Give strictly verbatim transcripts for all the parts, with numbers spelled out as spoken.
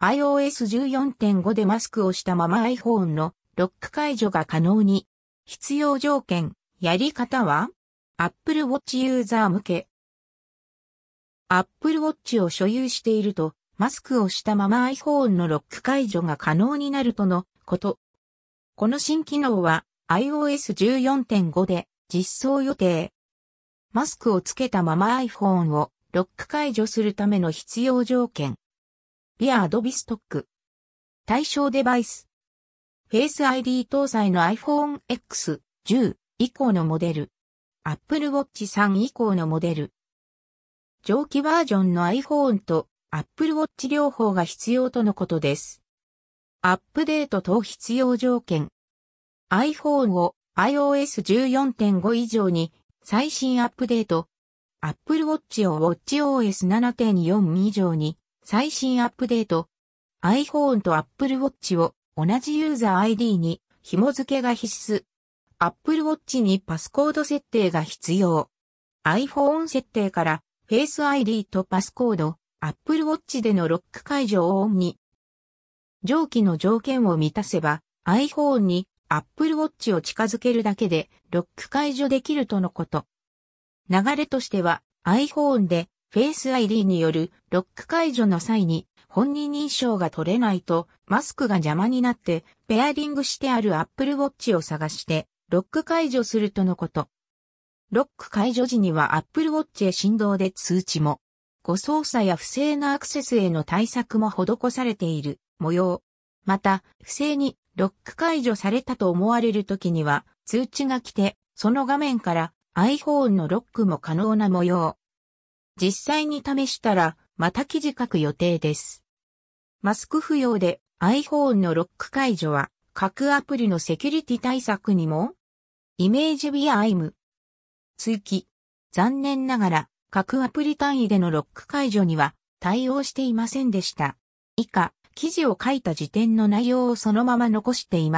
アイオーエスじゅうよんてんご でマスクをしたまま iPhone のロック解除が可能に。必要条件、やり方は Apple Watch ユーザー向け。Apple Watch を所有していると、マスクをしたまま iPhone のロック解除が可能になるとのこと。この新機能は アイオーエスじゅうよんてんご で実装予定。マスクをつけたまま iPhone をロック解除するための必要条件。via Adobe Stock。対象デバイス。Face アイディー 搭載の iPhone エックスじゅう 以降のモデル。Apple Watch スリー以降のモデル。上記バージョンの iPhone と Apple Watch 両方が必要とのことです。アップデート等必要条件。iPhone を アイオーエスじゅうよんてんご 以上に最新アップデート。Apple Watch を WatchOS ななてんよん 以上に最新アップデート。iPhone と Apple Watch を同じユーザー アイディー に紐付けが必須。Apple Watch にパスコード設定が必要。iPhone 設定から Face アイディー とパスコード、Apple Watch でのロック解除をオンに。上記の条件を満たせば iPhone に Apple Watch を近づけるだけでロック解除できるとのこと。流れとしては iPhone で Face アイディー によるロック解除の際に本人認証が取れないとマスクが邪魔になってペアリングしてある Apple Watch を探してロック解除するとのこと。ロック解除時には Apple Watch へ振動で通知も、誤操作や不正なアクセスへの対策も施されている模様。また、不正にロック解除されたと思われる時には通知が来て、その画面から iPhone のロックも可能な模様。実際に試したら、また記事書く予定です。マスク不要で iPhone のロック解除は各アプリのセキュリティ対策にもイメージ via アイエム 追記。残念ながら各アプリ単位でのロック解除には対応していませんでした。以下、記事を書いた時点の内容をそのまま残しています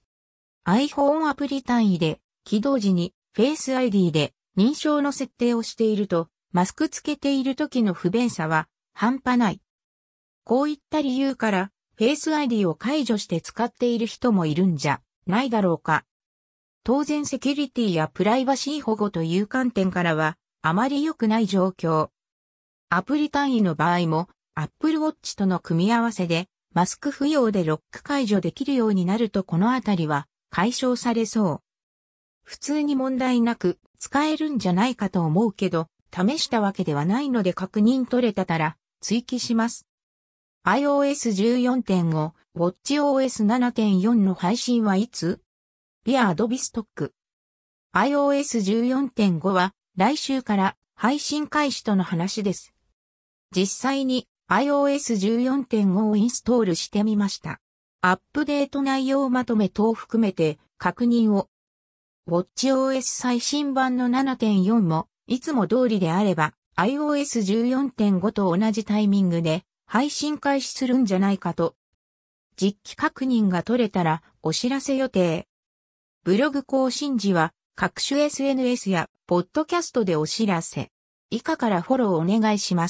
。iPhone アプリ単位で起動時に Face アイディー で認証の設定をしているとマスクつけている時の不便さは半端ない。こういった理由からFace アイディー を解除して使っている人もいるんじゃないだろうか。当然セキュリティやプライバシー保護という観点からはあまり良くない状況。アプリ単位の場合も Apple Watch との組み合わせでマスク不要でロック解除できるようになるとこのあたりは解消されそう。普通に問題なく使えるんじゃないかと思うけど試したわけではないので確認取れたたら追記します。アイオーエスじゅうよんてんご、WatchOS ななてんよん の配信はいつ？ via Adobe Stock。アイオーエスじゅうよんてんご は来週から配信開始との話です。実際に アイオーエスじゅうよんてんご をインストールしてみました。アップデート内容まとめ等を含めて確認を。WatchOS 最新版の ななてんよん もいつも通りであれば アイオーエスじゅうよんてんご と同じタイミングで配信開始するんじゃないかと。実機確認が取れたらお知らせ予定。ブログ更新時は各種 エスエヌエス やポッドキャストでお知らせ。以下からフォローお願いします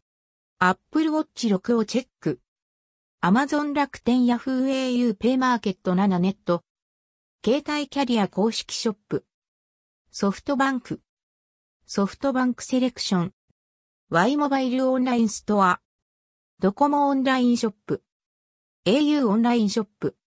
。Apple Watch 録をチェック。Amazon 楽天 Yahoo エーユー ペイマーケットななネット。携帯キャリア公式ショップ。ソフトバンク。ソフトバンクセレクション。Y モバイルオンラインストア。ドコモオンラインショップ。エーユー オンラインショップ。